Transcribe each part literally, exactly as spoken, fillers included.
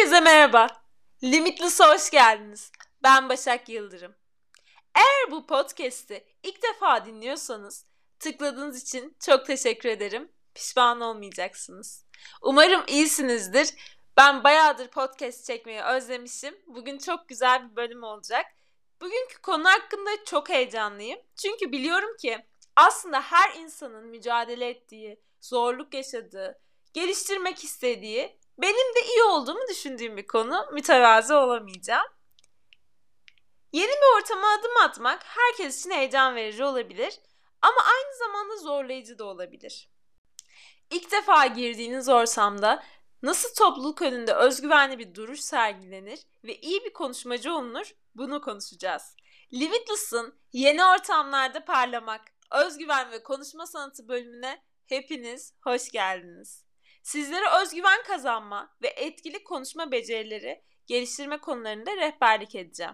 Herkese merhaba. Limitless'a hoş geldiniz. Ben Başak Yıldırım. Eğer bu podcast'i ilk defa dinliyorsanız tıkladığınız için çok teşekkür ederim. Pişman olmayacaksınız. Umarım iyisinizdir. Ben bayağıdır podcast çekmeyi özlemişim. Bugün çok güzel bir bölüm olacak. Bugünkü konu hakkında çok heyecanlıyım. Çünkü biliyorum ki aslında her insanın mücadele ettiği, zorluk yaşadığı, geliştirmek istediği, benim de iyi olduğumu düşündüğüm bir konu. Mütevazı olamayacağım. Yeni bir ortama adım atmak herkes için heyecan verici olabilir ama aynı zamanda zorlayıcı da olabilir. İlk defa girdiğiniz ortamda nasıl topluluk önünde özgüvenli bir duruş sergilenir ve iyi bir konuşmacı olunur, bunu konuşacağız. Limitless'ın yeni ortamlarda parlamak, özgüven ve konuşma sanatı bölümüne hepiniz hoş geldiniz. Sizlere özgüven kazanma ve etkili konuşma becerileri geliştirme konularında rehberlik edeceğim.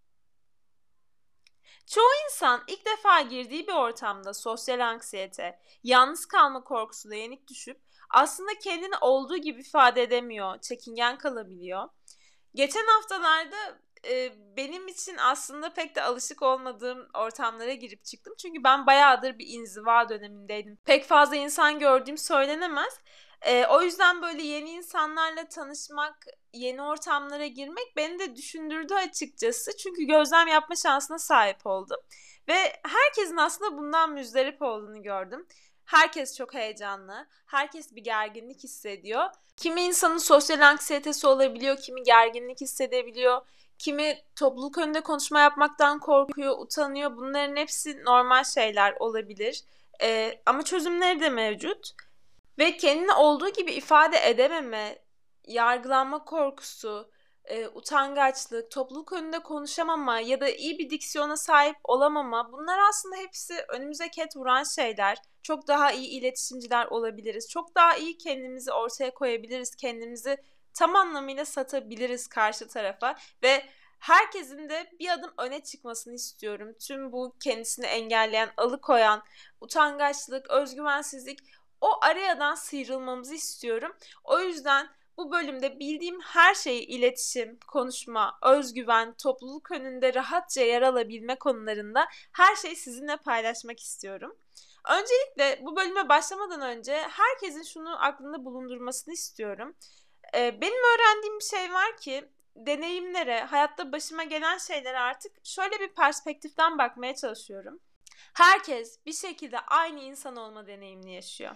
Çoğu insan ilk defa girdiği bir ortamda sosyal anksiyete, yalnız kalma korkusuna yenik düşüp aslında kendini olduğu gibi ifade edemiyor, çekingen kalabiliyor. Geçen haftalarda e, benim için aslında pek de alışık olmadığım ortamlara girip çıktım. Çünkü ben bayağıdır bir inziva dönemindeydim. Pek fazla insan gördüğüm söylenemez. E, o yüzden böyle yeni insanlarla tanışmak, yeni ortamlara girmek beni de düşündürdü açıkçası. Çünkü gözlem yapma şansına sahip oldum. Ve herkesin aslında bundan müzdarip olduğunu gördüm. Herkes çok heyecanlı, herkes bir gerginlik hissediyor. Kimi insanın sosyal anksiyetesi olabiliyor, kimi gerginlik hissedebiliyor, kimi topluluk önünde konuşma yapmaktan korkuyor, utanıyor. Bunların hepsi normal şeyler olabilir. Ee, ama çözümleri de mevcut. Ve kendini olduğu gibi ifade edememe, yargılanma korkusu, e, utangaçlık, topluluk önünde konuşamama ya da iyi bir diksiyona sahip olamama, bunlar aslında hepsi önümüze ket vuran şeyler. Çok daha iyi iletişimciler olabiliriz. Çok daha iyi kendimizi ortaya koyabiliriz. Kendimizi tam anlamıyla satabiliriz karşı tarafa ve herkesin de bir adım öne çıkmasını istiyorum. Tüm bu kendisini engelleyen, alıkoyan, utangaçlık, özgüvensizlik, o arayadan sıyrılmamızı istiyorum. O yüzden bu bölümde bildiğim her şeyi iletişim, konuşma, özgüven, topluluk önünde rahatça yer alabilme konularında her şeyi sizinle paylaşmak istiyorum. Öncelikle bu bölüme başlamadan önce herkesin şunu aklında bulundurmasını istiyorum. Ee, benim öğrendiğim bir şey var ki deneyimlere, hayatta başıma gelen şeylere artık şöyle bir perspektiften bakmaya çalışıyorum. Herkes bir şekilde aynı insan olma deneyimini yaşıyor.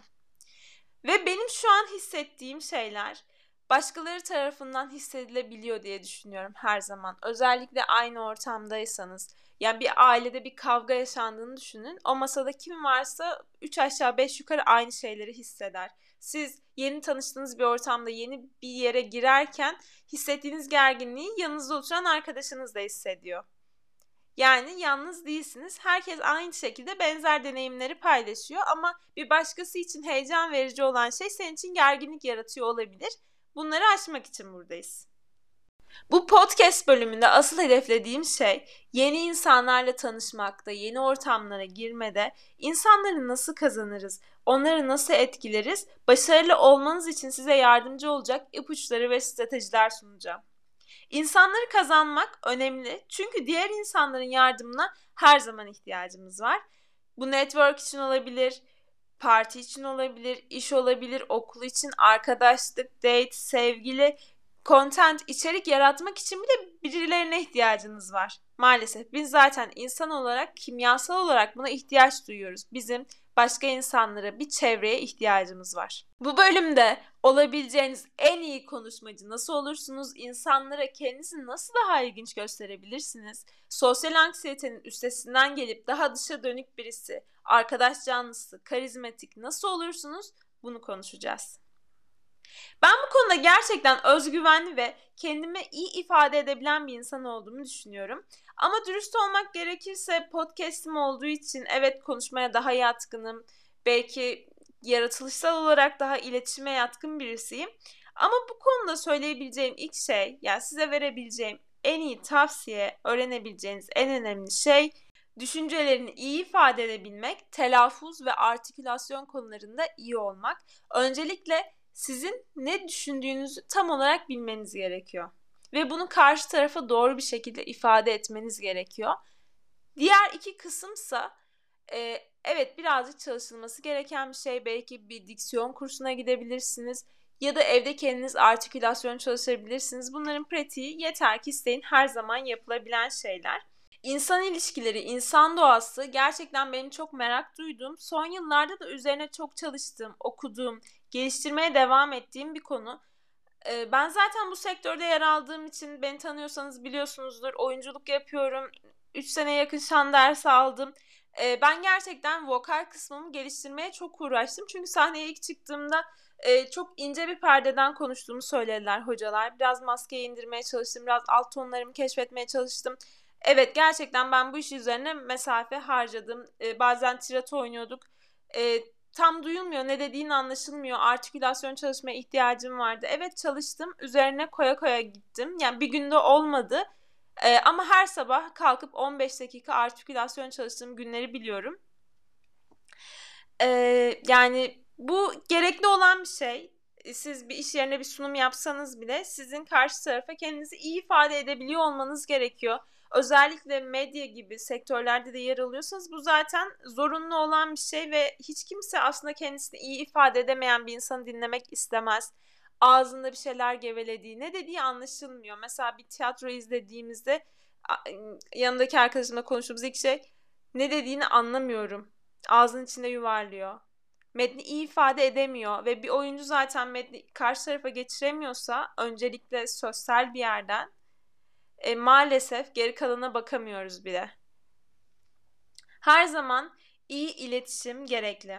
Ve benim şu an hissettiğim şeyler başkaları tarafından hissedilebiliyor diye düşünüyorum her zaman. Özellikle aynı ortamdaysanız. Yani bir ailede bir kavga yaşandığını düşünün. O masada kim varsa üç aşağı beş yukarı aynı şeyleri hisseder. Siz yeni tanıştığınız bir ortamda yeni bir yere girerken hissettiğiniz gerginliği yanınızda oturan arkadaşınız da hissediyor. Yani yalnız değilsiniz. Herkes aynı şekilde benzer deneyimleri paylaşıyor ama bir başkası için heyecan verici olan şey senin için gerginlik yaratıyor olabilir. Bunları aşmak için buradayız. Bu podcast bölümünde asıl hedeflediğim şey yeni insanlarla tanışmakta, yeni ortamlara girmede insanları nasıl kazanırız, onları nasıl etkileriz, başarılı olmanız için size yardımcı olacak ipuçları ve stratejiler sunacağım. İnsanları kazanmak önemli çünkü diğer insanların yardımına her zaman ihtiyacımız var. Bu network için olabilir, parti için olabilir, iş olabilir, okul için, arkadaşlık, date, sevgili, content, içerik yaratmak için bile birilerine ihtiyacınız var. Maalesef biz zaten insan olarak, kimyasal olarak buna ihtiyaç duyuyoruz. Bizim başka insanlara, bir çevreye ihtiyacımız var. Bu bölümde olabileceğiniz en iyi konuşmacı nasıl olursunuz? İnsanlara kendinizi nasıl daha ilginç gösterebilirsiniz? Sosyal anksiyetenin üstesinden gelip daha dışa dönük birisi, arkadaş canlısı, karizmatik nasıl olursunuz? Bunu konuşacağız. Ben bu konuda gerçekten özgüvenli ve kendimi iyi ifade edebilen bir insan olduğumu düşünüyorum. Ama dürüst olmak gerekirse podcast'im olduğu için evet konuşmaya daha yatkınım. Belki yaratılışsal olarak daha iletişime yatkın birisiyim. Ama bu konuda söyleyebileceğim ilk şey, yani size verebileceğim en iyi tavsiye, öğrenebileceğiniz en önemli şey düşüncelerini iyi ifade edebilmek, telaffuz ve artikülasyon konularında iyi olmak. Öncelikle sizin ne düşündüğünüzü tam olarak bilmeniz gerekiyor. Ve bunu karşı tarafa doğru bir şekilde ifade etmeniz gerekiyor. Diğer iki kısımsa e, evet birazcık çalışılması gereken bir şey. Belki bir diksiyon kursuna gidebilirsiniz ya da evde kendiniz artikülasyon çalışabilirsiniz. Bunların pratiği yeter ki isteyin, her zaman yapılabilen şeyler. İnsan ilişkileri, insan doğası gerçekten benim çok merak duyduğum, son yıllarda da üzerine çok çalıştığım, okuduğum, geliştirmeye devam ettiğim bir konu. Ee, ben zaten bu sektörde yer aldığım için, beni tanıyorsanız biliyorsunuzdur, oyunculuk yapıyorum. üç seneye yakın şan dersi aldım. Ee, ben gerçekten vokal kısmımı geliştirmeye çok uğraştım. Çünkü sahneye ilk çıktığımda e, çok ince bir perdeden konuştuğumu söylediler hocalar. Biraz maskeyi indirmeye çalıştım, biraz alt tonlarımı keşfetmeye çalıştım. Evet, gerçekten ben bu iş üzerine mesafe harcadım. Ee, bazen tiyatro oynuyorduk. Ee, tam duyulmuyor, ne dediğin anlaşılmıyor. Artikülasyon çalışmaya ihtiyacım vardı. Evet, çalıştım. Üzerine koya koya gittim. Yani bir günde olmadı. Ee, ama her sabah kalkıp on beş dakika artikülasyon çalıştığım günleri biliyorum. Ee, yani bu gerekli olan bir şey. Siz bir iş yerine bir sunum yapsanız bile sizin karşı tarafa kendinizi iyi ifade edebiliyor olmanız gerekiyor. Özellikle medya gibi sektörlerde de yer alıyorsanız bu zaten zorunlu olan bir şey ve hiç kimse aslında kendisini iyi ifade edemeyen bir insanı dinlemek istemez. Ağzında bir şeyler gevelediği, ne dediği anlaşılmıyor. Mesela bir tiyatro izlediğimizde yanındaki arkadaşımla konuştuğumuz ilk şey, ne dediğini anlamıyorum. Ağzının içinde yuvarlıyor. Metni iyi ifade edemiyor ve bir oyuncu zaten metni karşı tarafa geçiremiyorsa, öncelikle sosyal bir yerden, e, maalesef geri kalana bakamıyoruz bile. Her zaman iyi iletişim gerekli.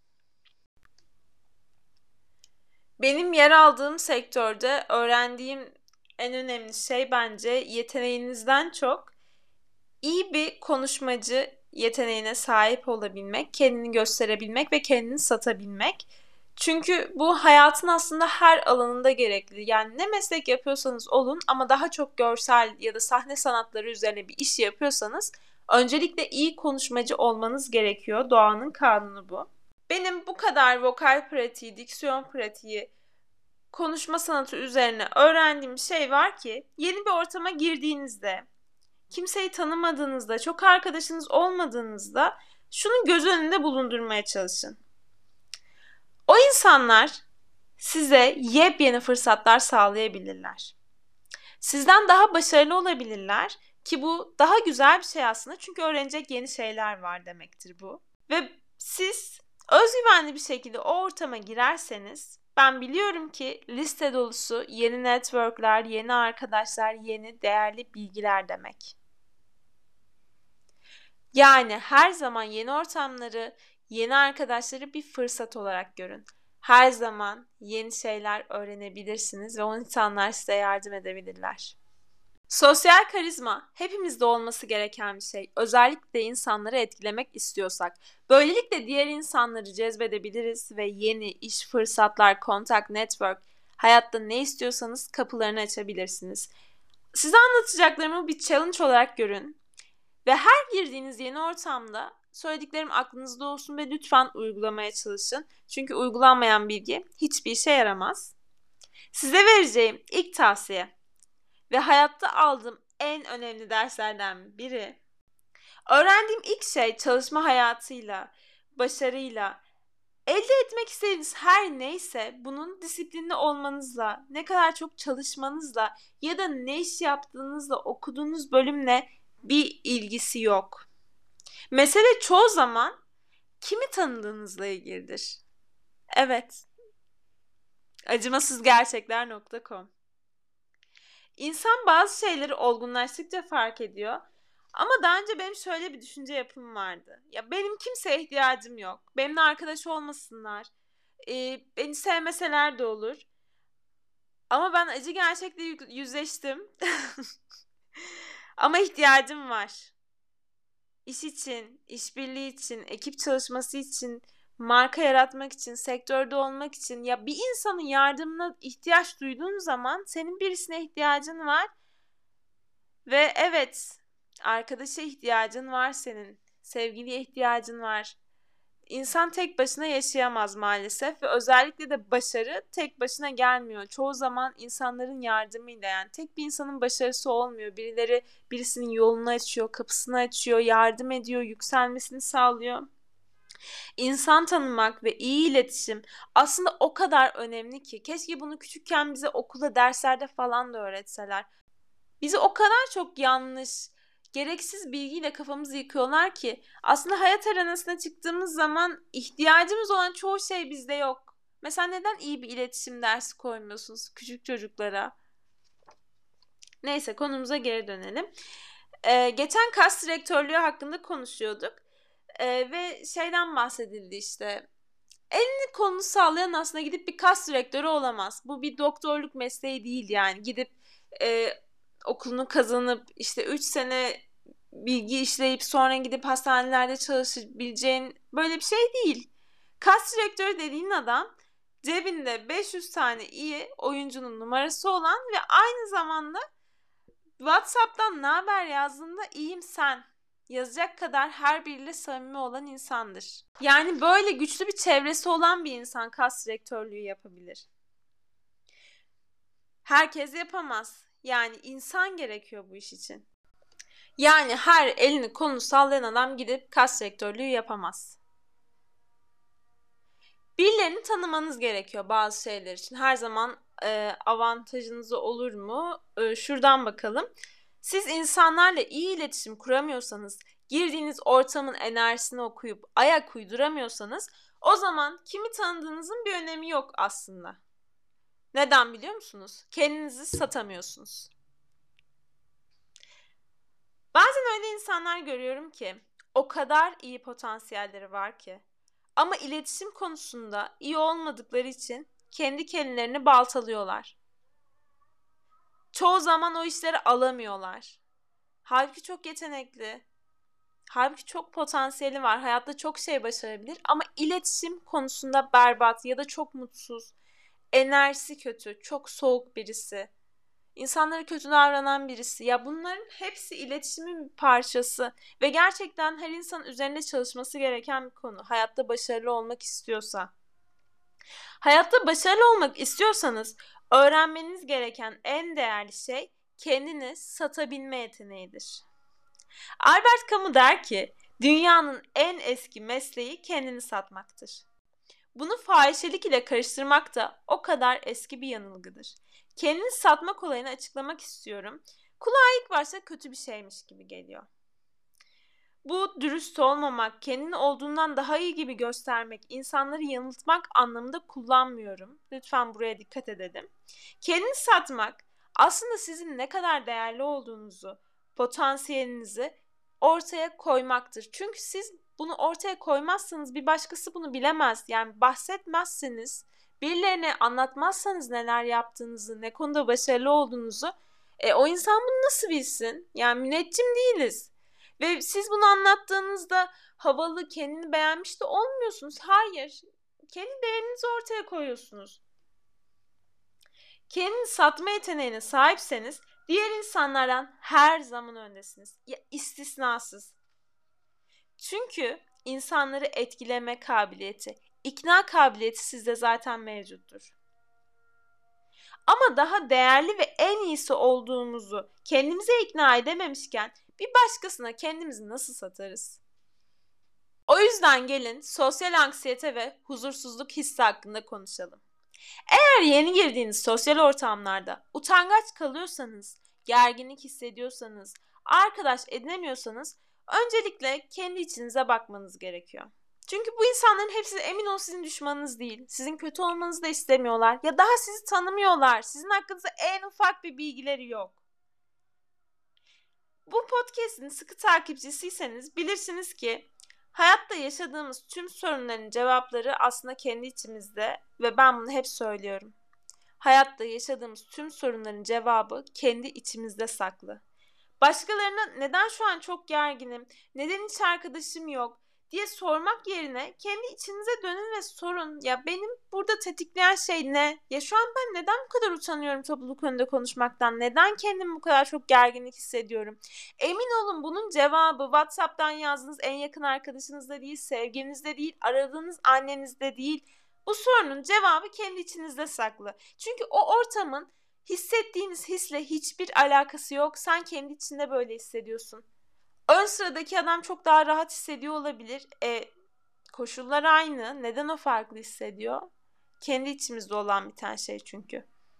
Benim yer aldığım sektörde öğrendiğim en önemli şey bence yeteneğinizden çok iyi bir konuşmacı yeteneğine sahip olabilmek, kendini gösterebilmek ve kendini satabilmek. Çünkü bu hayatın aslında her alanında gerekli. Yani ne meslek yapıyorsanız olun, ama daha çok görsel ya da sahne sanatları üzerine bir iş yapıyorsanız öncelikle iyi konuşmacı olmanız gerekiyor. Doğanın kanunu bu. Benim bu kadar vokal pratiği, diksiyon pratiği, konuşma sanatı üzerine öğrendiğim şey var ki, yeni bir ortama girdiğinizde, kimseyi tanımadığınızda, çok arkadaşınız olmadığınızda şunu göz önünde bulundurmaya çalışın. O insanlar size yepyeni fırsatlar sağlayabilirler. Sizden daha başarılı olabilirler ki bu daha güzel bir şey aslında, çünkü öğrenecek yeni şeyler var demektir bu. Ve siz özgüvenli bir şekilde o ortama girerseniz, ben biliyorum ki liste dolusu yeni networkler, yeni arkadaşlar, yeni değerli bilgiler demek. Yani her zaman yeni ortamları, yeni arkadaşları bir fırsat olarak görün. Her zaman yeni şeyler öğrenebilirsiniz ve o insanlar size yardım edebilirler. Sosyal karizma hepimizde olması gereken bir şey. Özellikle insanları etkilemek istiyorsak. Böylelikle diğer insanları cezbedebiliriz ve yeni iş fırsatlar, kontak, network, hayatta ne istiyorsanız kapılarını açabilirsiniz. Size anlatacaklarımı bir challenge olarak görün. Ve her girdiğiniz yeni ortamda söylediklerim aklınızda olsun ve lütfen uygulamaya çalışın. Çünkü uygulanmayan bilgi hiçbir işe yaramaz. Size vereceğim ilk tavsiye ve hayatta aldığım en önemli derslerden biri, öğrendiğim ilk şey çalışma hayatıyla, başarıyla, elde etmek istediğiniz her neyse bunun disiplinli olmanızla, ne kadar çok çalışmanızla ya da ne iş yaptığınızla, okuduğunuz bölümle bir ilgisi yok. Mesele çoğu zaman kimi tanıdığınızla ilgilidir. Evet. acımasızgerçekler nokta com. İnsan bazı şeyleri olgunlaştıkça fark ediyor. Ama daha önce benim şöyle bir düşünce yapım vardı. Ya benim kimseye ihtiyacım yok. Benimle arkadaş olmasınlar. Ee, beni sevmeseler de olur. Ama ben acı gerçekle yüzleştim. Ama ihtiyacım var. İş için, işbirliği için, ekip çalışması için, marka yaratmak için, sektörde olmak için, ya bir insanın yardımına ihtiyaç duyduğun zaman senin birisine ihtiyacın var ve evet, arkadaşa ihtiyacın var senin, sevgiliye ihtiyacın var, İnsan tek başına yaşayamaz maalesef ve özellikle de başarı tek başına gelmiyor. Çoğu zaman insanların yardımıyla, yani tek bir insanın başarısı olmuyor. Birileri birisinin yolunu açıyor, kapısını açıyor, yardım ediyor, yükselmesini sağlıyor. İnsan tanımak ve iyi iletişim aslında o kadar önemli ki keşke bunu küçükken bize okulda, derslerde falan da öğretseler. Bizi o kadar çok yanlış, gereksiz bilgiyle kafamızı yıkıyorlar ki aslında hayat arenasına çıktığımız zaman ihtiyacımız olan çoğu şey bizde yok. Mesela neden iyi bir iletişim dersi koymuyorsunuz küçük çocuklara? Neyse, konumuza geri dönelim. Ee, geçen kas direktörlüğü hakkında konuşuyorduk. Ee, ve şeyden bahsedildi işte. Elini kolunu sallayan aslında gidip bir kas direktörü olamaz. Bu bir doktorluk mesleği değil yani. Gidip e, okulunu kazanıp işte üç sene bilgi işleyip sonra gidip hastanelerde çalışabileceğin böyle bir şey değil. Kas direktörü dediğin adam cebinde beş yüz tane iyi oyuncunun numarası olan ve aynı zamanda WhatsApp'tan ne haber yazdığında iyiyim sen yazacak kadar her biriyle samimi olan insandır. Yani böyle güçlü bir çevresi olan bir insan kas direktörlüğü yapabilir. Herkes yapamaz. Yani insan gerekiyor bu iş için. Yani her elini kolunu sallayan adam gidip kas direktörlüğü yapamaz. Birilerini tanımanız gerekiyor bazı şeyler için. Her zaman e, avantajınız olur mu? E, şuradan bakalım. Siz insanlarla iyi iletişim kuramıyorsanız, girdiğiniz ortamın enerjisini okuyup ayak uyduramıyorsanız o zaman kimi tanıdığınızın bir önemi yok aslında. Neden biliyor musunuz? Kendinizi satamıyorsunuz. Bazen öyle insanlar görüyorum ki o kadar iyi potansiyelleri var ki ama iletişim konusunda iyi olmadıkları için kendi kendilerini baltalıyorlar. Çoğu zaman o işleri alamıyorlar. Halbuki çok yetenekli. Halbuki çok potansiyeli var. Hayatta çok şey başarabilir ama iletişim konusunda berbat ya da çok mutsuz. Enerjisi kötü, çok soğuk birisi. İnsanlara kötü davranan birisi. Ya bunların hepsi iletişimin bir parçası ve gerçekten her insanın üzerinde çalışması gereken bir konu. Hayatta başarılı olmak istiyorsa. Hayatta başarılı olmak istiyorsanız öğrenmeniz gereken en değerli şey kendini satabilme yeteneğidir. Albert Camus der ki, dünyanın en eski mesleği kendini satmaktır. Bunu fahişelik ile karıştırmak da o kadar eski bir yanılgıdır. Kendini satmak olayını açıklamak istiyorum. Kulağa ilk başta kötü bir şeymiş gibi geliyor. Bu dürüst olmamak, kendini olduğundan daha iyi gibi göstermek, insanları yanıltmak anlamında kullanmıyorum. Lütfen buraya dikkat edelim. Kendini satmak aslında sizin ne kadar değerli olduğunuzu, potansiyelinizi ortaya koymaktır. Çünkü siz bunu ortaya koymazsanız bir başkası bunu bilemez. Yani bahsetmezseniz, birilerine anlatmazsanız neler yaptığınızı, ne konuda başarılı olduğunuzu, e, o insan bunu nasıl bilsin? Yani müneccim değiliz. Ve siz bunu anlattığınızda havalı, kendini beğenmiş de olmuyorsunuz. Hayır. Kendi değerinizi ortaya koyuyorsunuz. Kendini satma yeteneğine sahipseniz diğer insanlardan her zaman öndesiniz. Ya, istisnasız. Çünkü insanları etkileme kabiliyeti, ikna kabiliyeti sizde zaten mevcuttur. Ama daha değerli ve en iyisi olduğumuzu kendimize ikna edememişken bir başkasına kendimizi nasıl satarız? O yüzden gelin sosyal anksiyete ve huzursuzluk hissi hakkında konuşalım. Eğer yeni girdiğiniz sosyal ortamlarda utangaç kalıyorsanız, gerginlik hissediyorsanız, arkadaş edinemiyorsanız öncelikle kendi içinize bakmanız gerekiyor. Çünkü bu insanların hepsi emin olun sizin düşmanınız değil. Sizin kötü olmanızı da istemiyorlar ya daha sizi tanımıyorlar. Sizin hakkınızda en ufak bir bilgileri yok. Bu podcast'in sıkı takipçisiyseniz bilirsiniz ki hayatta yaşadığımız tüm sorunların cevapları aslında kendi içimizde ve ben bunu hep söylüyorum. Hayatta yaşadığımız tüm sorunların cevabı kendi içimizde saklı. Başkalarına neden şu an çok gerginim, neden hiç arkadaşım yok, diye sormak yerine kendi içinize dönün ve sorun. Ya benim burada tetikleyen şey ne? Ya şu an ben neden bu kadar utanıyorum topluluk önünde konuşmaktan? Neden kendimi bu kadar çok gerginlik hissediyorum? Emin olun bunun cevabı WhatsApp'tan yazdığınız en yakın arkadaşınızda değil, sevgilinizde değil, aradığınız annenizde değil. Bu sorunun cevabı kendi içinizde saklı. Çünkü o ortamın hissettiğiniz hisle hiçbir alakası yok. Sen kendi içinde böyle hissediyorsun. Ön sıradaki adam çok daha rahat hissediyor olabilir. E, koşullar aynı. Neden o farklı hissediyor? Kendi içimizde olan bir tane şey çünkü.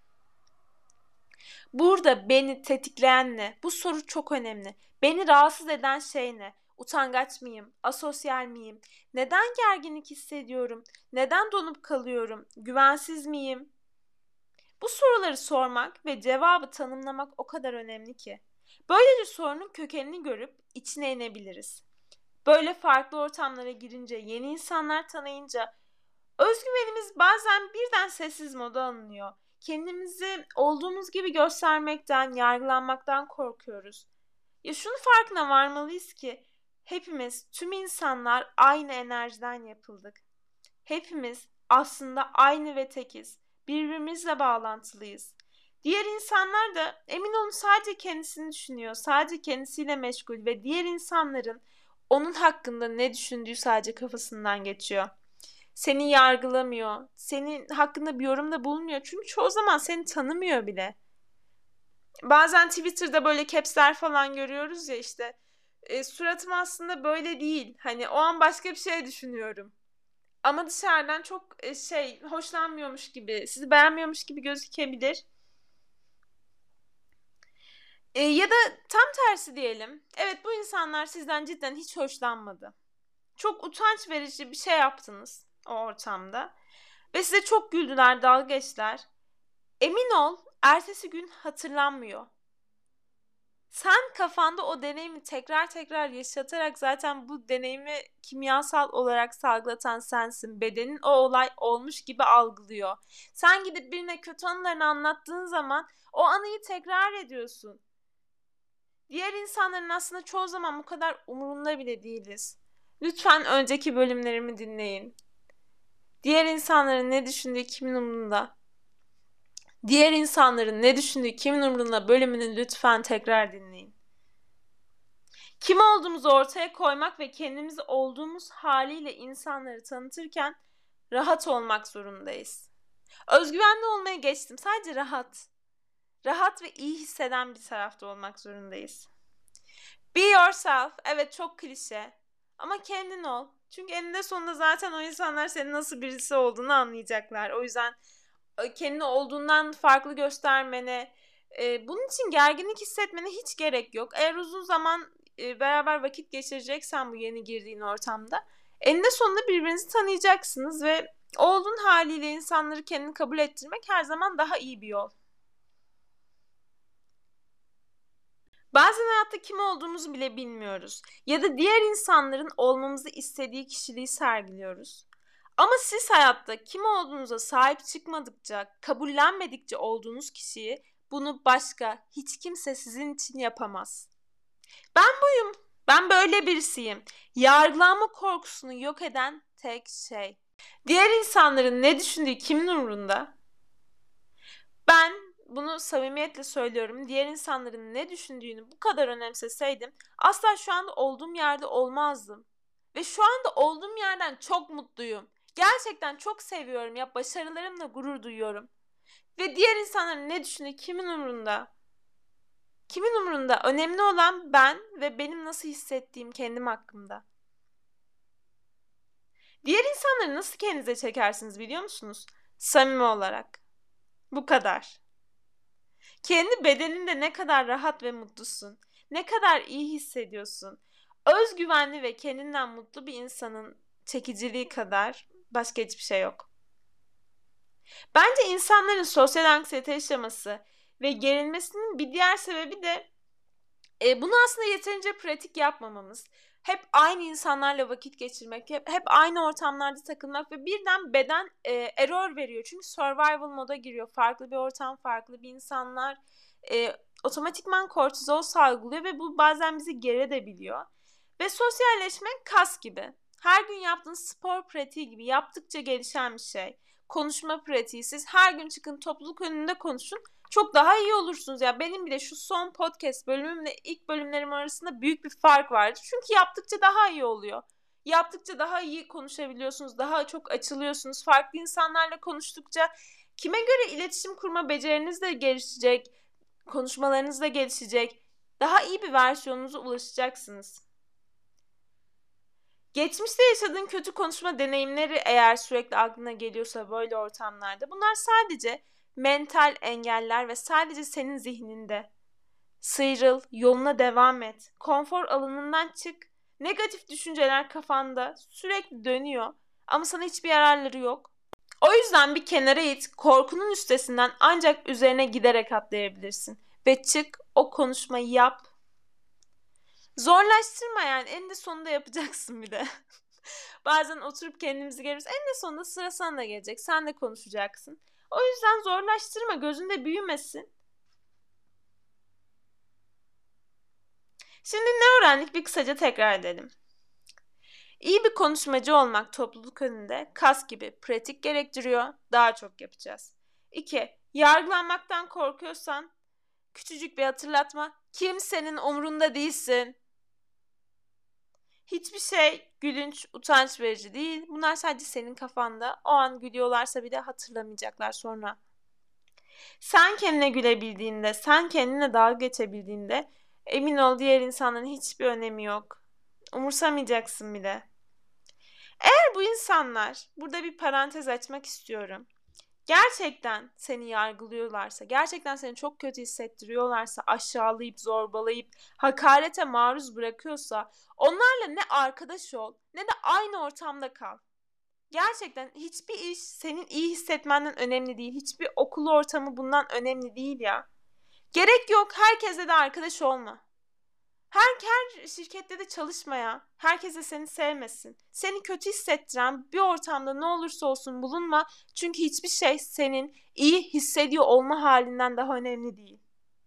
Burada beni tetikleyen ne? Bu soru çok önemli. Beni rahatsız eden şey ne? Utangaç mıyım? Asosyal miyim? Neden gerginlik hissediyorum? Neden donup kalıyorum? Güvensiz miyim? Bu soruları sormak ve cevabı tanımlamak o kadar önemli ki. Böylece sorunun kökenini görüp içine inebiliriz. Böyle farklı ortamlara girince, yeni insanlar tanıyınca özgüvenimiz bazen birden sessiz moda alınıyor. Kendimizi olduğumuz gibi göstermekten, yargılanmaktan korkuyoruz. Ya şunu farkına varmalıyız ki hepimiz, tüm insanlar aynı enerjiden yapıldık. Hepimiz aslında aynı ve tekiz. Birbirimizle bağlantılıyız. Diğer insanlar da emin olun sadece kendisini düşünüyor, sadece kendisiyle meşgul ve diğer insanların onun hakkında ne düşündüğü sadece kafasından geçiyor. Seni yargılamıyor, senin hakkında bir yorumda bulunmuyor çünkü çoğu zaman seni tanımıyor bile. Bazen Twitter'da böyle caps'ler falan görüyoruz ya işte e, suratım aslında böyle değil. Hani o an başka bir şey düşünüyorum. Ama dışarıdan çok e, şey hoşlanmıyormuş gibi, sizi beğenmiyormuş gibi gözükebilir. E, ya da tam tersi diyelim. Evet bu insanlar sizden cidden hiç hoşlanmadı. Çok utanç verici bir şey yaptınız o ortamda. Ve size çok güldüler, dalga geçtiler. Emin ol ertesi gün hatırlanmıyor. Sen kafanda o deneyimi tekrar tekrar yaşatarak zaten bu deneyimi kimyasal olarak salgılatan sensin. Bedenin o olay olmuş gibi algılıyor. Sen gidip birine kötü anılarını anlattığın zaman o anıyı tekrar ediyorsun. Diğer insanların aslında çoğu zaman bu kadar umurunda bile değiliz. Lütfen önceki bölümlerimi dinleyin. Diğer insanların ne düşündüğü kimin umurunda? Diğer insanların ne düşündüğü kimin umurunda bölümünü lütfen tekrar dinleyin. Kim olduğumuzu ortaya koymak ve kendimizi olduğumuz haliyle insanları tanıtırken rahat olmak zorundayız. Özgüvenli olmaya geçtim. Sadece rahat. Rahat ve iyi hisseden bir tarafta olmak zorundayız. Be yourself. Evet çok klişe. Ama kendin ol. Çünkü eninde sonunda zaten o insanlar senin nasıl birisi olduğunu anlayacaklar. O yüzden kendini olduğundan farklı göstermene, e, bunun için gerginlik hissetmene hiç gerek yok. Eğer uzun zaman e, beraber vakit geçireceksen bu yeni girdiğin ortamda eninde sonunda birbirinizi tanıyacaksınız ve olduğun haliyle insanları kendini kabul ettirmek her zaman daha iyi bir yol. Bazen hayatta kim olduğumuzu bile bilmiyoruz ya da diğer insanların olmamızı istediği kişiliği sergiliyoruz. Ama siz hayatta kim olduğunuza sahip çıkmadıkça, kabullenmedikçe olduğunuz kişiyi bunu başka hiç kimse sizin için yapamaz. Ben buyum. Ben böyle birisiyim. Yargılanma korkusunu yok eden tek şey. Diğer insanların ne düşündüğü kimin umurunda? Ben bunu samimiyetle söylüyorum. Diğer insanların ne düşündüğünü bu kadar önemseseydim asla şu anda olduğum yerde olmazdım. Ve şu anda olduğum yerden çok mutluyum. Gerçekten çok seviyorum ya. Başarılarımla gurur duyuyorum. Ve diğer insanların ne düşündüğü kimin umurunda? Kimin umurunda? Önemli olan ben ve benim nasıl hissettiğim kendim hakkında. Diğer insanları nasıl kendinize çekersiniz biliyor musunuz? Samimi olarak. Bu kadar. Kendi bedeninde ne kadar rahat ve mutlusun. Ne kadar iyi hissediyorsun. Özgüvenli ve kendinden mutlu bir insanın çekiciliği kadar başka hiçbir şey yok. Bence insanların sosyal anksiyete yaşaması ve gerilmesinin bir diğer sebebi de e, bunu aslında yeterince pratik yapmamamız. Hep aynı insanlarla vakit geçirmek, hep, hep aynı ortamlarda takılmak ve birden beden e, error veriyor. Çünkü survival moda giriyor. Farklı bir ortam, farklı bir insanlar. E, otomatikman kortizol salgılıyor ve bu bazen bizi geredebiliyor. Ve sosyalleşmek kas gibi. Her gün yaptığınız spor pratiği gibi yaptıkça gelişen bir şey. Konuşma pratiği. Siz her gün çıkın topluluk önünde konuşun. Çok daha iyi olursunuz. Ya benim bile şu son podcast bölümümle ilk bölümlerim arasında büyük bir fark vardı. Çünkü yaptıkça daha iyi oluyor. Yaptıkça daha iyi konuşabiliyorsunuz. Daha çok açılıyorsunuz. Farklı insanlarla konuştukça kime göre iletişim kurma beceriniz de gelişecek. Konuşmalarınız da gelişecek. Daha iyi bir versiyonunuza ulaşacaksınız. Geçmişte yaşadığın kötü konuşma deneyimleri eğer sürekli aklına geliyorsa böyle ortamlarda, bunlar sadece mental engeller ve sadece senin zihninde. Sıyrıl, yoluna devam et. Konfor alanından çık. Negatif düşünceler kafanda sürekli dönüyor ama sana hiçbir yararları yok. O yüzden bir kenara it, korkunun üstesinden ancak üzerine giderek atlayabilirsin. Ve çık, o konuşmayı yap. Zorlaştırma yani, eninde sonunda yapacaksın bir de. Bazen oturup kendimizi görürüz. Eninde sonunda sıra sana da gelecek. Sen de konuşacaksın. O yüzden zorlaştırma, gözünde büyümesin. Şimdi ne öğrendik bir kısaca tekrar edelim. İyi bir konuşmacı olmak topluluk önünde kas gibi pratik gerektiriyor. Daha çok yapacağız. İki. Yargılanmaktan korkuyorsan küçücük bir hatırlatma. Kimsenin umrunda değilsin. Hiçbir şey gülünç, utanç verici değil. Bunlar sadece senin kafanda. O an gülüyorlarsa bile hatırlamayacaklar sonra. Sen kendine gülebildiğinde, sen kendine dalga geçebildiğinde emin ol diğer insanların hiçbir önemi yok. Umursamayacaksın bile. Eğer bu insanlar, burada bir parantez açmak istiyorum, gerçekten seni yargılıyorlarsa, gerçekten seni çok kötü hissettiriyorlarsa, aşağılayıp, zorbalayıp, hakarete maruz bırakıyorsa, onlarla ne arkadaş ol, ne de aynı ortamda kal. Gerçekten hiçbir iş senin iyi hissetmenden önemli değil. Hiçbir okul ortamı bundan önemli değil ya. Gerek yok, herkesle de arkadaş olma. Her, her şirkette de çalışmaya, herkes de seni sevmesin. Seni kötü hissettiren bir ortamda ne olursa olsun bulunma. Çünkü hiçbir şey senin iyi hissediyor olma halinden daha önemli değil.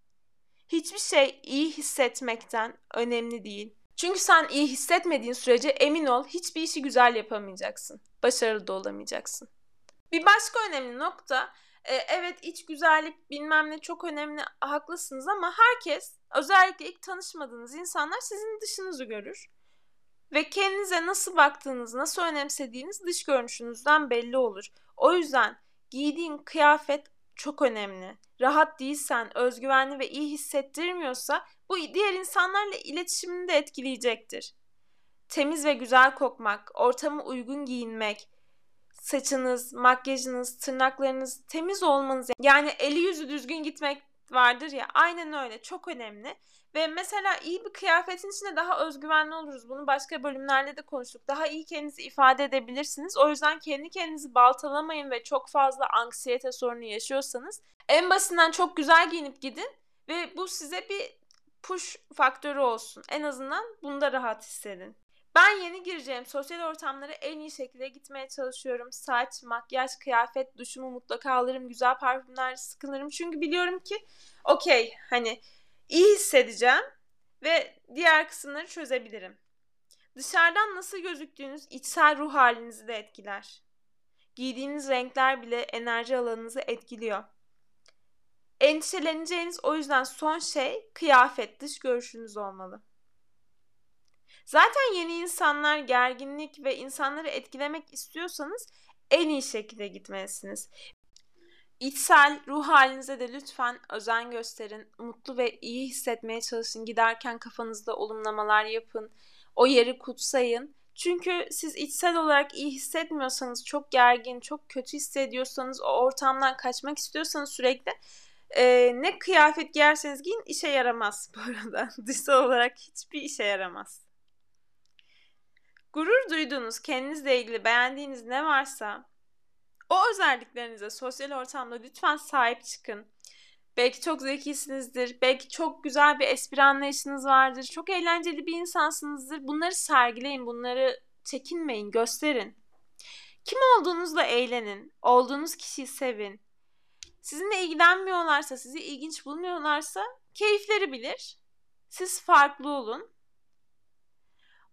Hiçbir şey iyi hissetmekten önemli değil. Çünkü sen iyi hissetmediğin sürece emin ol hiçbir işi güzel yapamayacaksın. Başarılı da olamayacaksın. Bir başka önemli nokta, e, evet iç güzellik bilmem ne çok önemli, haklısınız ama herkes, özellikle ilk tanışmadığınız insanlar sizin dışınızı görür. Ve kendinize nasıl baktığınız, nasıl önemsediğiniz dış görünüşünüzden belli olur. O yüzden giydiğin kıyafet çok önemli. Rahat değilsen, özgüvenli ve iyi hissettirmiyorsa bu diğer insanlarla iletişimini de etkileyecektir. Temiz ve güzel kokmak, ortama uygun giyinmek, saçınız, makyajınız, tırnaklarınız temiz olmanız, yani eli yüzü düzgün gitmek vardır ya, aynen öyle, çok önemli. Ve mesela iyi bir kıyafetin içinde daha özgüvenli oluruz. Bunu başka bölümlerde de konuştuk. Daha iyi kendinizi ifade edebilirsiniz. O yüzden kendi kendinizi baltalamayın ve çok fazla anksiyete sorunu yaşıyorsanız en basitinden çok güzel giyinip gidin ve bu size bir push faktörü olsun. En azından bunda rahat hissedin. Ben yeni gireceğim sosyal ortamlara en iyi şekilde gitmeye çalışıyorum. Saç, makyaj, kıyafet, duşumu mutlaka alırım. Güzel parfümler sıkılırım. Çünkü biliyorum ki okey, hani iyi hissedeceğim ve diğer kısımları çözebilirim. Dışarıdan nasıl gözüktüğünüz içsel ruh halinizi de etkiler. Giydiğiniz renkler bile enerji alanınızı etkiliyor. Endişeleneceğiniz o yüzden son şey kıyafet, dış görünüşünüz olmalı. Zaten yeni insanlar, gerginlik ve insanları etkilemek istiyorsanız en iyi şekilde gitmelisiniz. İçsel ruh halinize de lütfen özen gösterin. Mutlu ve iyi hissetmeye çalışın. Giderken kafanızda olumlamalar yapın. O yeri kutsayın. Çünkü siz içsel olarak iyi hissetmiyorsanız, çok gergin, çok kötü hissediyorsanız, o ortamdan kaçmak istiyorsanız sürekli e, ne kıyafet giyerseniz giyin işe yaramaz bu arada. Dışsal olarak hiçbir işe yaramaz. Gurur duyduğunuz, kendinizle ilgili beğendiğiniz ne varsa o özelliklerinize sosyal ortamda lütfen sahip çıkın. Belki çok zekisinizdir, belki çok güzel bir espri anlayışınız vardır, çok eğlenceli bir insansınızdır. Bunları sergileyin, bunları çekinmeyin, gösterin. Kim olduğunuzla eğlenin, olduğunuz kişiyi sevin. Sizinle ilgilenmiyorlarsa, sizi ilginç bulmuyorlarsa keyifleri bilir. Siz farklı olun.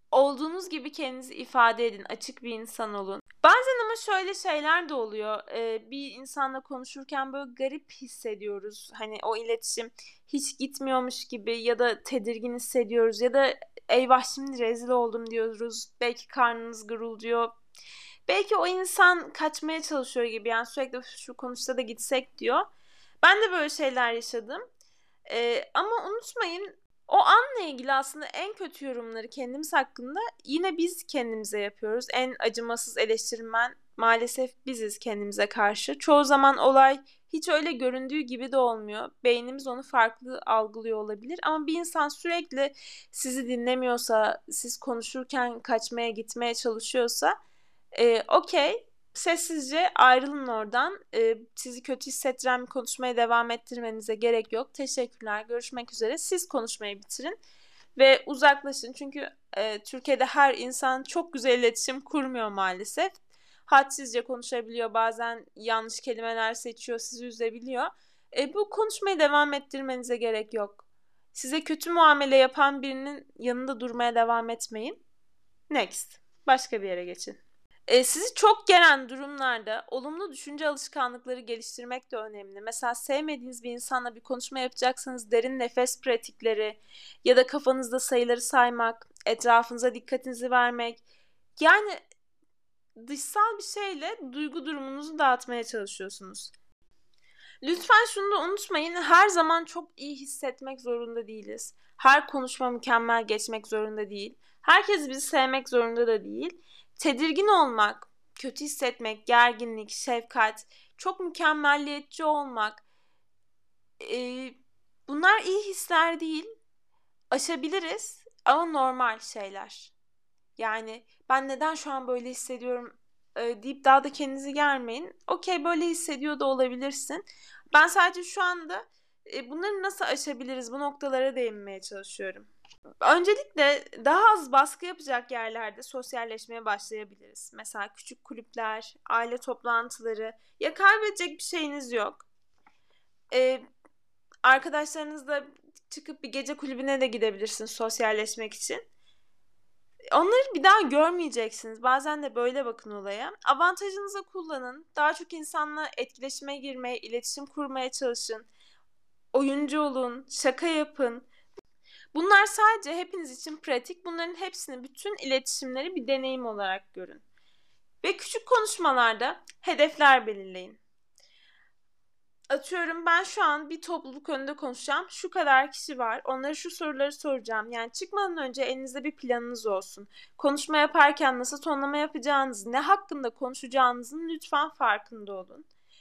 Olduğunuz gibi kendinizi ifade edin. Açık bir insan olun. Bazen ama şöyle şeyler de oluyor. Ee, bir insanla konuşurken böyle garip hissediyoruz. Hani o iletişim hiç gitmiyormuş gibi ya da tedirgin hissediyoruz ya da eyvah şimdi rezil oldum diyoruz. Belki karnınız gurulduyor. Belki o insan kaçmaya çalışıyor gibi, yani sürekli şu konuşsa da gitsek diyor. Ben de böyle şeyler yaşadım. Ee, ama unutmayın, o anla ilgili aslında en kötü yorumları kendimiz hakkında yine biz kendimize yapıyoruz. En acımasız eleştirmen maalesef biziz kendimize karşı. Çoğu zaman olay hiç öyle göründüğü gibi de olmuyor. Beynimiz onu farklı algılıyor olabilir. Ama bir insan sürekli sizi dinlemiyorsa, siz konuşurken kaçmaya gitmeye çalışıyorsa e, okey, sessizce ayrılın oradan. E, sizi kötü hissettiren bir konuşmaya devam ettirmenize gerek yok. Teşekkürler, görüşmek üzere. Siz konuşmayı bitirin ve uzaklaşın. Çünkü e, Türkiye'de her insan çok güzel iletişim kurmuyor maalesef. Hadsizce konuşabiliyor, bazen yanlış kelimeler seçiyor, sizi üzebiliyor. E, bu konuşmayı devam ettirmenize gerek yok. Size kötü muamele yapan birinin yanında durmaya devam etmeyin. Next. Başka bir yere geçin. E, sizi çok gelen durumlarda olumlu düşünce alışkanlıkları geliştirmek de önemli. Mesela sevmediğiniz bir insanla bir konuşma yapacaksanız derin nefes pratikleri ya da kafanızda sayıları saymak, etrafınıza dikkatinizi vermek. Yani dışsal bir şeyle duygu durumunuzu dağıtmaya çalışıyorsunuz. Lütfen şunu da unutmayın, her zaman çok iyi hissetmek zorunda değiliz. Her konuşma mükemmel geçmek zorunda değil. Herkes bizi sevmek zorunda da değil. Tedirgin olmak, kötü hissetmek, gerginlik, şefkat, çok mükemmelliyetçi olmak, e, bunlar iyi hisler değil. Aşabiliriz ama normal şeyler. Yani ben neden şu an böyle hissediyorum e, deyip daha da kendinizi germeyin. Okey, böyle hissediyor da olabilirsin. Ben sadece şu anda e, bunları nasıl aşabiliriz, bu noktalara değinmeye çalışıyorum. Öncelikle daha az baskı yapacak yerlerde sosyalleşmeye başlayabiliriz. Mesela küçük kulüpler, aile toplantıları. Ya kaybedecek bir şeyiniz yok. Ee, arkadaşlarınızla çıkıp bir gece kulübüne de gidebilirsiniz sosyalleşmek için. Onları bir daha görmeyeceksiniz. Bazen de böyle bakın olaya. Avantajınıza kullanın. Daha çok insanla etkileşime girmeye, iletişim kurmaya çalışın. Oyuncu olun, şaka yapın. Bunlar sadece hepiniz için pratik. Bunların hepsini, bütün iletişimleri bir deneyim olarak görün. Ve küçük konuşmalarda hedefler belirleyin. Atıyorum, ben şu an bir topluluk önünde konuşacağım. Şu kadar kişi var. Onlara şu soruları soracağım. Yani çıkmadan önce elinizde bir planınız olsun. Konuşma yaparken nasıl tonlama yapacağınız, ne hakkında konuşacağınızın lütfen farkında olun.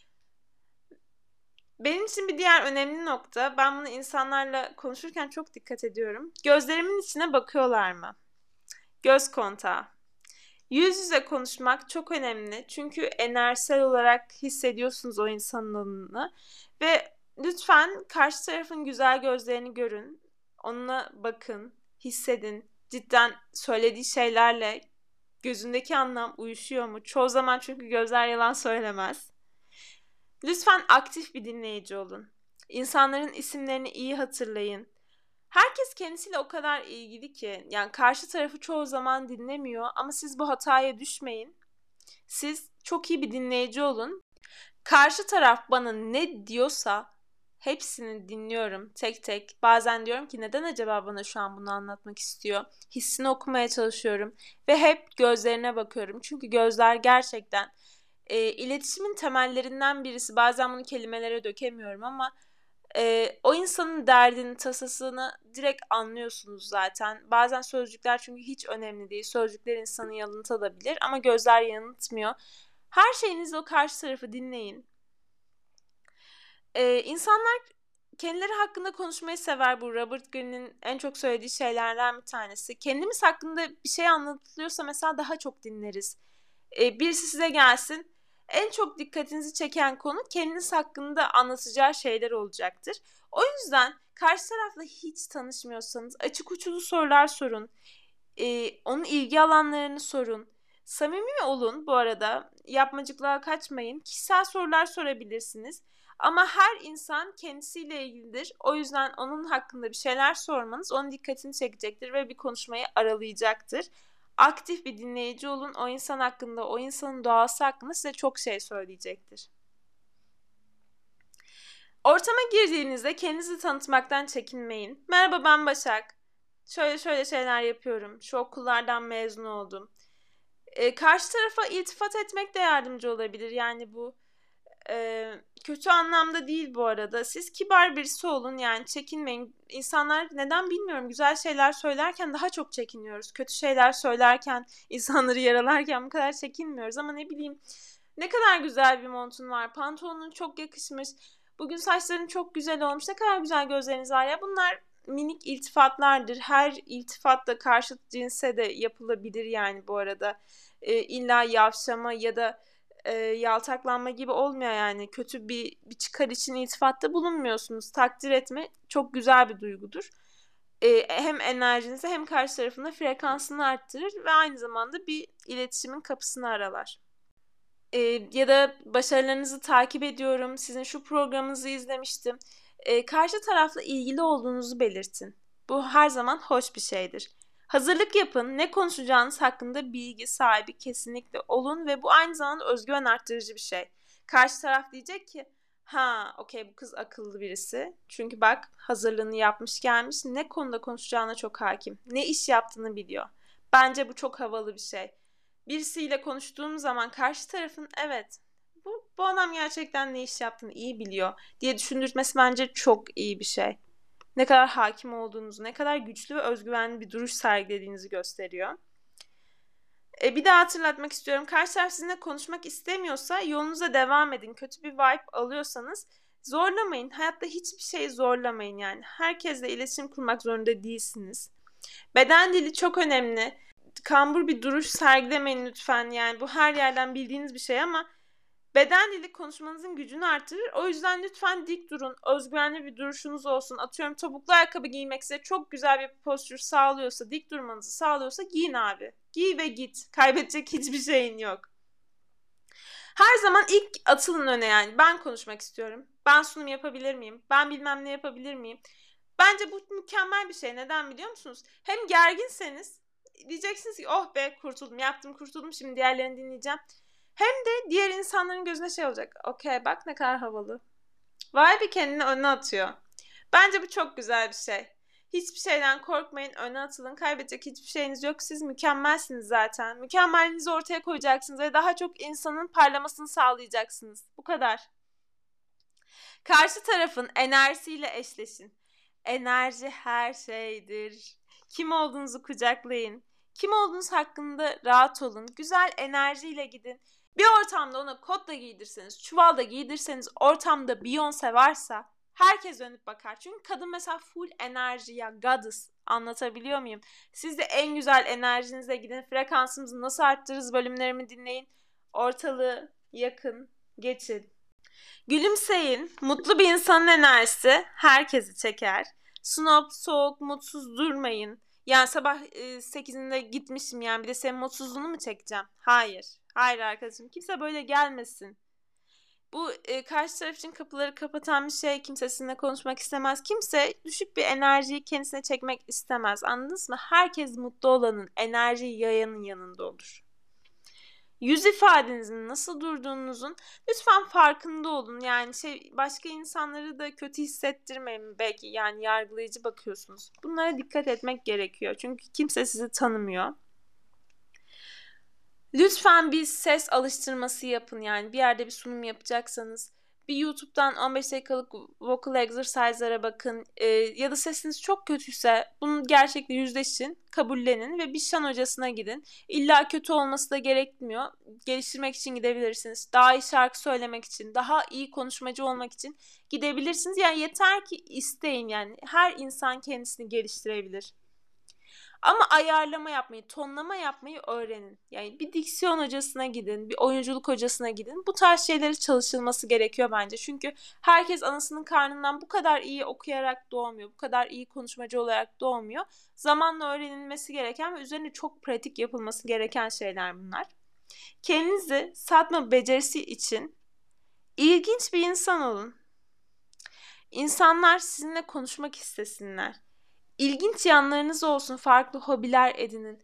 Benim için bir diğer önemli nokta, ben bunu insanlarla konuşurken çok dikkat ediyorum. Gözlerimin içine bakıyorlar mı? Göz kontağı. Yüz yüze konuşmak çok önemli. Çünkü enerjisel olarak hissediyorsunuz o insanın. Ve lütfen karşı tarafın güzel gözlerini görün. Onunla bakın, hissedin. Cidden söylediği şeylerle gözündeki anlam uyuşuyor mu? Çoğu zaman çünkü gözler yalan söylemez. Lütfen aktif bir dinleyici olun. İnsanların isimlerini iyi hatırlayın. Herkes kendisiyle o kadar ilgili ki, yani karşı tarafı çoğu zaman dinlemiyor ama siz bu hataya düşmeyin. Siz çok iyi bir dinleyici olun. Karşı taraf bana ne diyorsa hepsini dinliyorum tek tek. Bazen diyorum ki neden acaba bana şu an bunu anlatmak istiyor? Hissini okumaya çalışıyorum ve hep gözlerine bakıyorum. Çünkü gözler gerçekten e, iletişimin temellerinden birisi. Bazen bunu kelimelere dökemiyorum ama e, o insanın derdini, tasasını direkt anlıyorsunuz zaten. Bazen sözcükler çünkü hiç önemli değil. Sözcükler insanı yanıltabilir ama gözler yanıltmıyor. Her şeyinizle o karşı tarafı dinleyin. Ee, insanlar kendileri hakkında konuşmayı sever. Bu Robert Greene'in en çok söylediği şeylerden bir tanesi. Kendimiz hakkında bir şey anlatılıyorsa mesela daha çok dinleriz. Ee, birisi size gelsin. En çok dikkatinizi çeken konu kendiniz hakkında anlatacağı şeyler olacaktır. O yüzden karşı tarafla hiç tanışmıyorsanız açık uçlu sorular sorun. Ee, onun ilgi alanlarını sorun. Samimi olun bu arada. Yapmacıklığa kaçmayın. Kişisel sorular sorabilirsiniz. Ama her insan kendisiyle ilgilidir. O yüzden onun hakkında bir şeyler sormanız onun dikkatini çekecektir ve bir konuşmayı aralayacaktır. Aktif bir dinleyici olun. O insan hakkında, o insanın doğası hakkında size çok şey söyleyecektir. Ortama girdiğinizde kendinizi tanıtmaktan çekinmeyin. Merhaba, ben Başak. Şöyle şöyle şeyler yapıyorum. Şu okullardan mezun oldum. Ee, karşı tarafa iltifat etmek de yardımcı olabilir. Yani bu e, kötü anlamda değil bu arada. Siz kibar birisi olun, yani çekinmeyin. İnsanlar neden bilmiyorum güzel şeyler söylerken daha çok çekiniyoruz. Kötü şeyler söylerken, insanları yaralarken bu kadar çekinmiyoruz. Ama ne bileyim, ne kadar güzel bir montun var. Pantolonun çok yakışmış. Bugün saçların çok güzel olmuş. Ne kadar güzel gözleriniz var ya. Bunlar minik iltifatlardır. Her iltifat da karşıt cinse de yapılabilir yani bu arada. E, illa yavşama ya da e, yaltaklanma gibi olmuyor yani. Kötü bir, bir çıkar için iltifatta bulunmuyorsunuz. Takdir etme çok güzel bir duygudur. E, hem enerjinizi hem karşı tarafın da frekansını arttırır ve aynı zamanda bir iletişimin kapısını aralar. E, ya da başarılarınızı takip ediyorum, sizin şu programınızı izlemiştim. E, karşı tarafla ilgili olduğunuzu belirtin. Bu her zaman hoş bir şeydir. Hazırlık yapın, ne konuşacağınız hakkında bilgi sahibi kesinlikle olun ve bu aynı zamanda özgüven arttırıcı bir şey. Karşı taraf diyecek ki, ha okey, bu kız akıllı birisi. Çünkü bak, hazırlığını yapmış gelmiş, ne konuda konuşacağına çok hakim, ne iş yaptığını biliyor. Bence bu çok havalı bir şey. Birisiyle konuştuğum zaman karşı tarafın evet bu, bu adam gerçekten ne iş yaptığını iyi biliyor diye düşündürtmesi bence çok iyi bir şey. Ne kadar hakim olduğunuzu, ne kadar güçlü ve özgüvenli bir duruş sergilediğinizi gösteriyor. E, bir daha hatırlatmak istiyorum. Karşı taraf sizinle konuşmak istemiyorsa yolunuza devam edin. Kötü bir vibe alıyorsanız zorlamayın. Hayatta hiçbir şeyi zorlamayın yani. Herkesle iletişim kurmak zorunda değilsiniz. Beden dili çok önemli. Kambur bir duruş sergilemeyin lütfen. Yani bu her yerden bildiğiniz bir şey ama beden dili konuşmanızın gücünü artırır. O yüzden lütfen dik durun. Özgüvenli bir duruşunuz olsun. Atıyorum, topuklu ayakkabı giymek size çok güzel bir postür sağlıyorsa, dik durmanızı sağlıyorsa giyin abi. Giy ve git. Kaybedecek hiçbir şeyin yok. Her zaman ilk atılın öne yani. Ben konuşmak istiyorum. Ben sunum yapabilir miyim? Ben bilmem ne yapabilir miyim? Bence bu mükemmel bir şey. Neden biliyor musunuz? Hem gerginseniz diyeceksiniz ki oh be, kurtuldum, yaptım, kurtuldum, şimdi diğerlerini dinleyeceğim. Hem de diğer insanların gözüne şey olacak. Okey, bak ne kadar havalı. Vay be, kendini öne atıyor. Bence bu çok güzel bir şey. Hiçbir şeyden korkmayın, öne atılın. Kaybedecek hiçbir şeyiniz yok. Siz mükemmelsiniz zaten. Mükemmelliğinizi ortaya koyacaksınız ve daha çok insanın parlamasını sağlayacaksınız. Bu kadar. Karşı tarafın enerjisiyle eşleşin. Enerji her şeydir. Kim olduğunuzu kucaklayın. Kim olduğunuz hakkında rahat olun. Güzel enerjiyle gidin. Bir ortamda ona kot da giydirseniz, çuval da giydirseniz, ortamda Beyoncé varsa herkes dönüp bakar. Çünkü kadın mesela full enerji ya, goddess. Anlatabiliyor muyum? Siz de en güzel enerjinize gidin. Frekansımızı nasıl arttırırız bölümlerimi dinleyin. Ortalığı yakın, geçin. Gülümseyin. Mutlu bir insanın enerjisi herkesi çeker. Snob, soğuk, mutsuz durmayın. Yani sabah e, sekizinde gitmişim, yani bir de senin mutsuzluğunu mu çekeceğim? Hayır. Hayır arkadaşım. Kimse böyle gelmesin. Bu e, karşı taraf için kapıları kapatan bir şey. Kimse sizinle konuşmak istemez. Kimse düşük bir enerjiyi kendisine çekmek istemez. Anladınız mı? Herkes mutlu olanın, enerjiyi yayanın yanında olur. Yüz ifadenizin nasıl durduğunuzun lütfen farkında olun. Yani şey, başka insanları da kötü hissettirmeyin, belki yani yargılayıcı bakıyorsunuz. Bunlara dikkat etmek gerekiyor. Çünkü kimse sizi tanımıyor. Lütfen bir ses alıştırması yapın. Yani bir yerde bir sunum yapacaksanız bir YouTube'dan on beş dakikalık vocal exercise'lara bakın. Ee, ya da sesiniz çok kötüyse bunu gerçekle yüzleşin, kabullenin ve bir şan hocasına gidin. İlla kötü olması da gerekmiyor. Geliştirmek için gidebilirsiniz. Daha iyi şarkı söylemek için, daha iyi konuşmacı olmak için gidebilirsiniz. Yani yeter ki isteyin yani. Her insan kendisini geliştirebilir. Ama ayarlama yapmayı, tonlama yapmayı öğrenin. Yani bir diksiyon hocasına gidin, bir oyunculuk hocasına gidin. Bu tarz şeyleri çalışılması gerekiyor bence. Çünkü herkes anasının karnından bu kadar iyi okuyarak doğmuyor, bu kadar iyi konuşmacı olarak doğmuyor. Zamanla öğrenilmesi gereken ve üzerine çok pratik yapılması gereken şeyler bunlar. Kendinizi satma becerisi için ilginç bir insan olun. İnsanlar sizinle konuşmak istesinler. İlginç yanlarınız olsun, farklı hobiler edinin.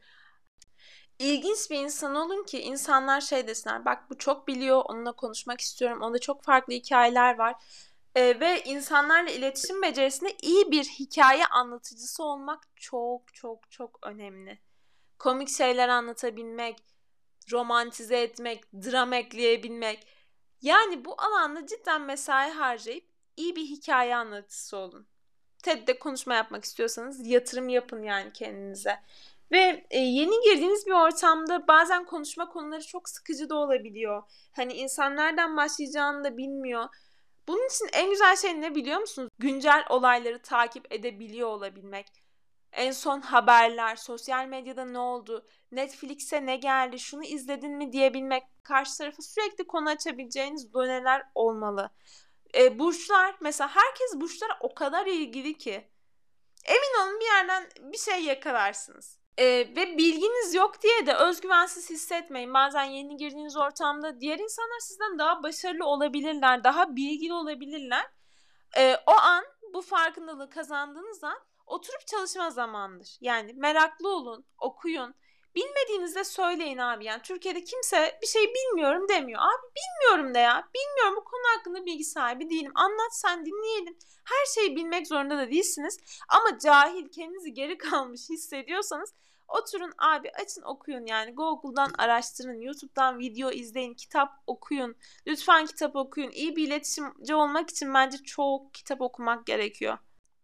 İlginç bir insan olun ki insanlar şey desinler, bak bu çok biliyor, onunla konuşmak istiyorum, onda çok farklı hikayeler var. Ee, ve insanlarla iletişim becerisinde iyi bir hikaye anlatıcısı olmak çok çok çok önemli. Komik şeyler anlatabilmek, romantize etmek, dram ekleyebilmek. Yani bu alanda cidden mesai harcayıp iyi bir hikaye anlatıcısı olun. T E D'de konuşma yapmak istiyorsanız yatırım yapın yani kendinize. Ve e, yeni girdiğiniz bir ortamda bazen konuşma konuları çok sıkıcı da olabiliyor. Hani insan nereden başlayacağını da bilmiyor. Bunun için en güzel şey ne biliyor musunuz? Güncel olayları takip edebiliyor olabilmek. En son haberler, sosyal medyada ne oldu, Netflix'e ne geldi, şunu izledin mi diyebilmek, karşı tarafa sürekli konu açabileceğiniz doneler olmalı. E, burçlar, mesela herkes burçlara o kadar ilgili ki. Emin olun bir yerden bir şey yakalarsınız. Ee, ve bilginiz yok diye de özgüvensiz hissetmeyin. Bazen yeni girdiğiniz ortamda diğer insanlar sizden daha başarılı olabilirler, daha bilgili olabilirler. Ee, o an bu farkındalığı kazandığınız an oturup çalışma zamanıdır. Yani meraklı olun, okuyun. Bilmediğinizde söyleyin abi. Yani Türkiye'de kimse bir şey bilmiyorum demiyor. Abi bilmiyorum de ya. Bilmiyorum, bu konu hakkında bilgi sahibi değilim. Anlat, sen dinleyelim. Her şeyi bilmek zorunda da değilsiniz. Ama cahil, kendinizi geri kalmış hissediyorsanız oturun abi, açın okuyun yani. Google'dan araştırın, YouTube'dan video izleyin, kitap okuyun. Lütfen kitap okuyun. İyi bir iletişimci olmak için bence çok kitap okumak gerekiyor.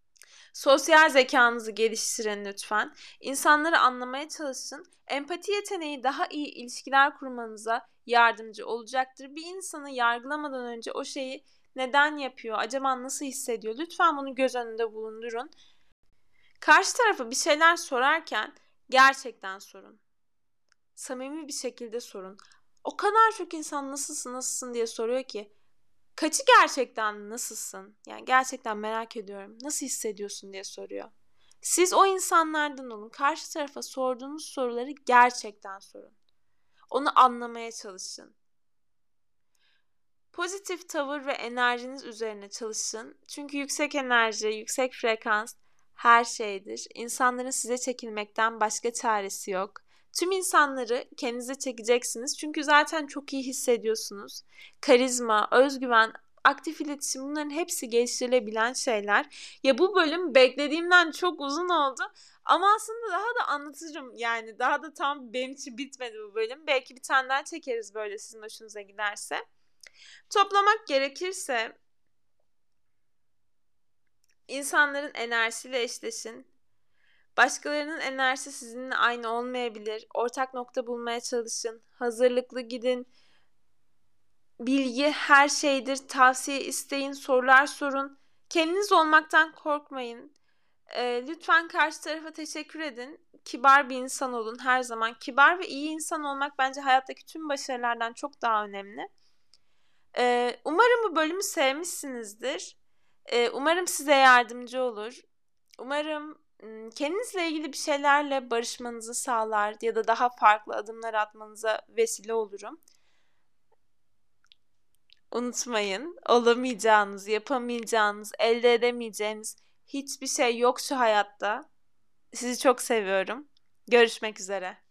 Sosyal zekanızı geliştirin lütfen. İnsanları anlamaya çalışın. Empati yeteneği daha iyi ilişkiler kurmanıza yardımcı olacaktır. Bir insanı yargılamadan önce o şeyi neden yapıyor, acaba nasıl hissediyor? Lütfen bunu göz önünde bulundurun. Karşı tarafa bir şeyler sorarken gerçekten sorun. Samimi bir şekilde sorun. O kadar çok insan nasılsın nasılsın diye soruyor ki. Kaçı gerçekten nasılsın? Yani gerçekten merak ediyorum. Nasıl hissediyorsun diye soruyor. Siz o insanlardan olun. Karşı tarafa sorduğunuz soruları gerçekten sorun. Onu anlamaya çalışın. Pozitif tavır ve enerjiniz üzerine çalışın. Çünkü yüksek enerji, yüksek frekans her şeydir. İnsanların size çekilmekten başka çaresi yok. Tüm insanları kendinize çekeceksiniz. Çünkü zaten çok iyi hissediyorsunuz. Karizma, özgüven, aktif iletişim, bunların hepsi geliştirilebilen şeyler. Ya bu bölüm beklediğimden çok uzun oldu. Ama aslında daha da anlatırım. Yani daha da tam benim için bitmedi bu bölüm. Belki bir tane daha çekeriz böyle, sizin hoşunuza giderse. Toplamak gerekirse insanların enerjisiyle eşleşin. Başkalarının enerjisi sizinle aynı olmayabilir. Ortak nokta bulmaya çalışın. Hazırlıklı gidin. Bilgi her şeydir. Tavsiye isteyin, sorular sorun. Kendiniz olmaktan korkmayın. Ee, lütfen karşı tarafa teşekkür edin. Kibar bir insan olun her zaman. Kibar ve iyi insan olmak bence hayattaki tüm başarılardan çok daha önemli. Ee, umarım bu bölümü sevmişsinizdir. Ee, umarım size yardımcı olur. Umarım kendinizle ilgili bir şeylerle barışmanızı sağlar ya da daha farklı adımlar atmanıza vesile olurum. Unutmayın, olamayacağınız, yapamayacağınız, elde edemeyeceğiniz hiçbir şey yok şu hayatta. Sizi çok seviyorum. Görüşmek üzere.